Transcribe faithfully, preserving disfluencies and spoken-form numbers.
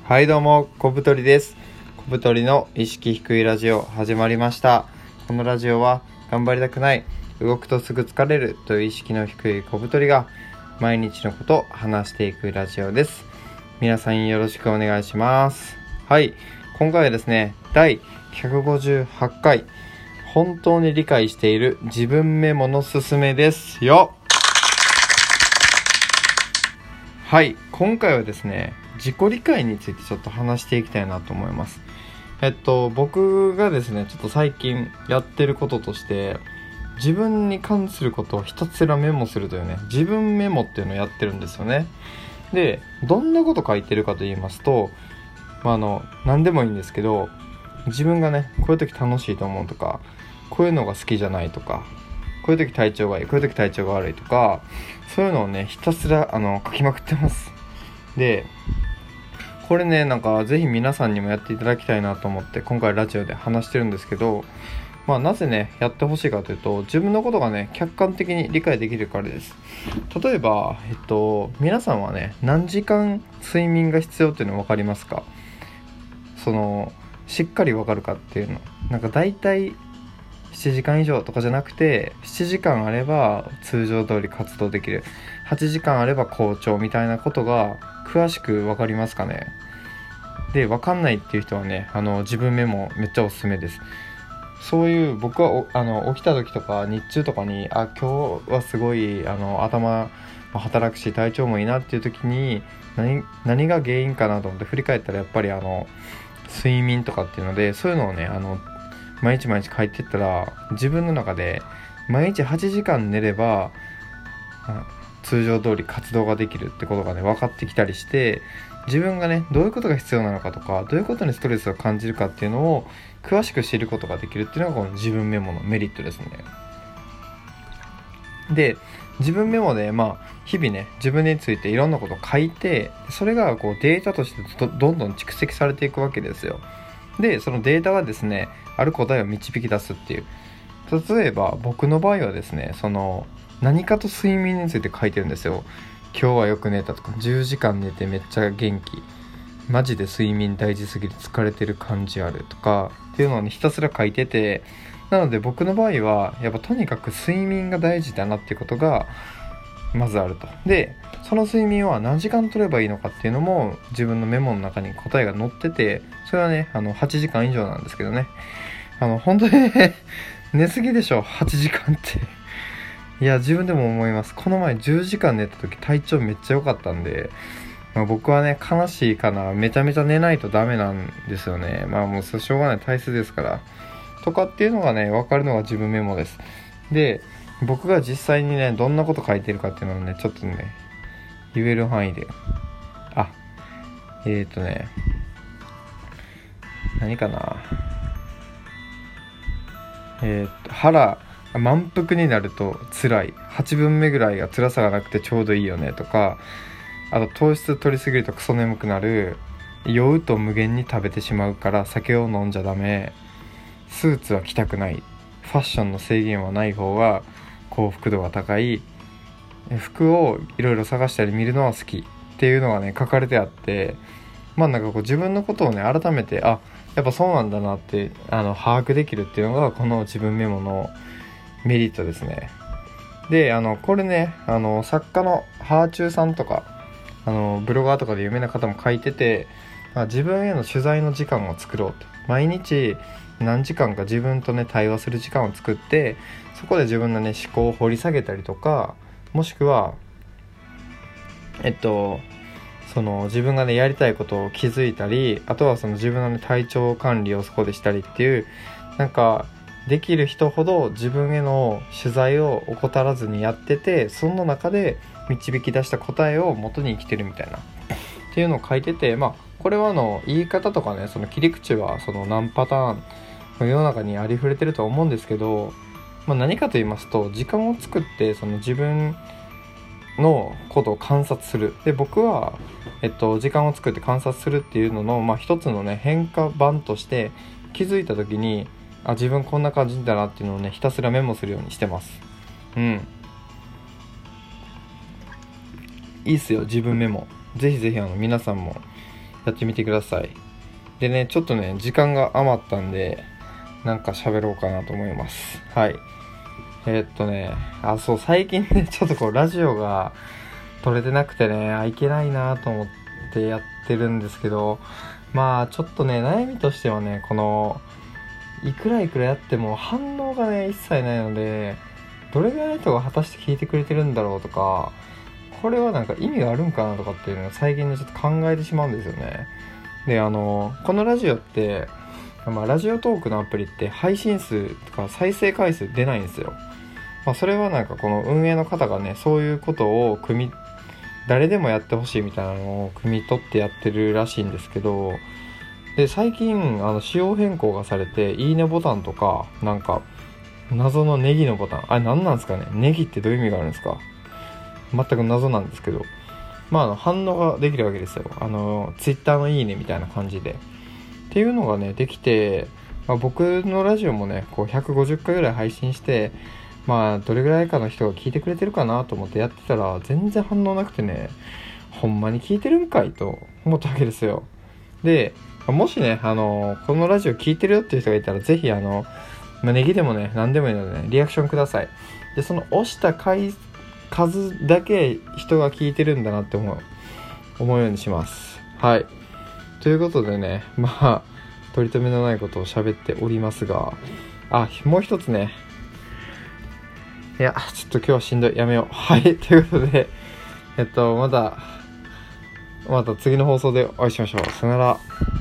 はいどうも、小太りです。小太りの意識低いラジオ始まりました。このラジオは頑張りたくない、動くとすぐ疲れるという意識の低い小太りが毎日のことを話していくラジオです。皆さんよろしくお願いします。はい、今回はですね、だいひゃくごじゅうはちかい本当に理解している自分メモのすすめですよ。はい、今回はですね、自己理解についてちょっと話していきたいなと思います。えっと僕がですねちょっと最近やってることとして、自分に関することをひたすらメモするというね、自分メモっていうのをやってるんですよね。で、どんなこと書いてるかと言いますと、まあ、あの何でもいいんですけど、自分がねこういう時楽しいと思うとか、こういうのが好きじゃないとか、こういう時体調がいい、こういう時体調が悪いとか、そういうのをねひたすらあの書きまくってます。でこれね、なんかぜひ皆さんにもやっていただきたいなと思って今回ラジオで話してるんですけど、まあなぜねやってほしいかというと、自分のことがね客観的に理解できるからです。例えばえっと皆さんはね何時間睡眠が必要っていうの分かりますか？そのしっかり分かるかっていうの、なんかだいたいしちじかん以上とかじゃなくて、しちじかんあれば通常通り活動できる、はちじかんあれば好調みたいなことが詳しく分かりますかね。で、分かんないっていう人はね、あの自分メモめっちゃおすすめです。そういう僕はおあの起きた時とか日中とかに、あ今日はすごいあの頭働くし体調もいいなっていう時に、何何が原因かなと思って振り返ったら、やっぱりあの睡眠とかっていうので、そういうのをねあの毎日毎日書いていったら、自分の中で毎日はちじかん寝れば通常通り活動ができるってことがね分かってきたりして、自分がねどういうことが必要なのかとか、どういうことにストレスを感じるかっていうのを詳しく知ることができるっていうのがこの自分メモのメリットですね。で、自分メモでまあ日々ね自分についていろんなことを書いて、それがこうデータとして ど, どんどん蓄積されていくわけですよ。でそのデータはですね、ある答えを導き出すっていう。例えば僕の場合はですね、その何かと睡眠について書いてるんですよ。今日はよく寝たとか、じゅうじかん寝てめっちゃ元気、マジで睡眠大事すぎる、疲れてる感じあるとかっていうのをねひたすら書いてて、なので僕の場合はやっぱとにかく睡眠が大事だなっていうことがまずあると。でその睡眠は何時間取ればいいのかっていうのも自分のメモの中に答えが載ってて、それはねあのはちじかん以上なんですけどね、あの本当にね寝すぎでしょはちじかんって。いや自分でも思います。この前じゅうじかん寝た時体調めっちゃ良かったんで、まあ、僕はね悲しいかな、めちゃめちゃ寝ないとダメなんですよね。まあもうしょうがない、体質ですからとかっていうのがね分かるのが自分メモです。で僕が実際にねどんなこと書いてるかっていうのをねちょっとね言える範囲で、あえーとね何かなえーと腹満腹になると辛い、はちぶんめぐらいが辛さがなくてちょうどいいよねとか、あと糖質取りすぎるとクソ眠くなる、酔うと無限に食べてしまうから酒を飲んじゃダメ、スーツは着たくない、ファッションの制限はない方が幸福度が高い、服をいろいろ探したり見るのは好きっていうのがね書かれてあって、まあなんかこう自分のことをね改めて、あやっぱそうなんだなってあの把握できるっていうのがこの自分メモのメリットですね。であのこれねあの作家のハーチューさんとかあのブロガーとかで有名な方も書いてて、まあ、自分への取材の時間を作ろうって、毎日何時間か自分とね対話する時間を作って、そこで自分のね思考を掘り下げたりとか、もしくはえっとその自分がねやりたいことを気づいたり、あとはその自分の、ね、体調管理をそこでしたりっていう、なんかできる人ほど自分への取材を怠らずにやってて、その中で導き出した答えを元に生きてるみたいなっていうのを書いてて、まあこれはあの言い方とかねその切り口はその何パターンの世の中にありふれてると思うんですけど、まあ、何かと言いますと、時間を作ってその自分のことを観察する。で僕は、えっと、時間を作って観察するっていうのの、まあ、一つのね変化版として気づいた時に、あ自分こんな感じだなっていうのをねひたすらメモするようにしてます。うんいいっすよ自分メモ。ぜひぜひあの皆さんもやってみてください。でね、ちょっとね時間が余ったんでなんか喋ろうかなと思います。はい。えー、っとねあそう最近ねちょっとこうラジオが撮れてなくてねあいけないなと思ってやってるんですけど、まあちょっとね悩みとしてはね、このいくらいくらやっても反応がね一切ないので、どれぐらいの人が果たして聞いてくれてるんだろうとか、これはなんか意味があるんかなとかっていうのを最近ねちょっと考えてしまうんですよね。であのこのラジオって、まあ、ラジオトークのアプリって配信数とか再生回数出ないんですよ。まあ、それはなんかこの運営の方がねそういうことを組み誰でもやってほしいみたいなのを汲み取ってやってるらしいんですけど、で最近あの仕様変更がされていいねボタンとかなんか謎のネギのボタン、あれ何なんですかね、ネギってどういう意味があるんですか、全く謎なんですけど、まあ、あの反応ができるわけですよ。あのツイッターのいいねみたいな感じでっていうのがねできて、まあ、僕のラジオもねこうひゃくごじゅっかいぐらい配信して、まあどれぐらいかの人が聞いてくれてるかなと思ってやってたら全然反応なくてね、ほんまに聞いてるんかいと思ったわけですよ。でもしねあのこのラジオ聞いてるよっていう人がいたらぜひあの、まあ、ネギでもね何でもいいのでねリアクションください。でその押した回数だけ人が聞いてるんだなって思う思うようにします。はい、ということでね、まあ取り留めのないことを喋っておりますが、あもう一つね、いやちょっと今日はしんどい、やめよう。はい、ということでえっとまたまた次の放送でお会いしましょう。さよなら。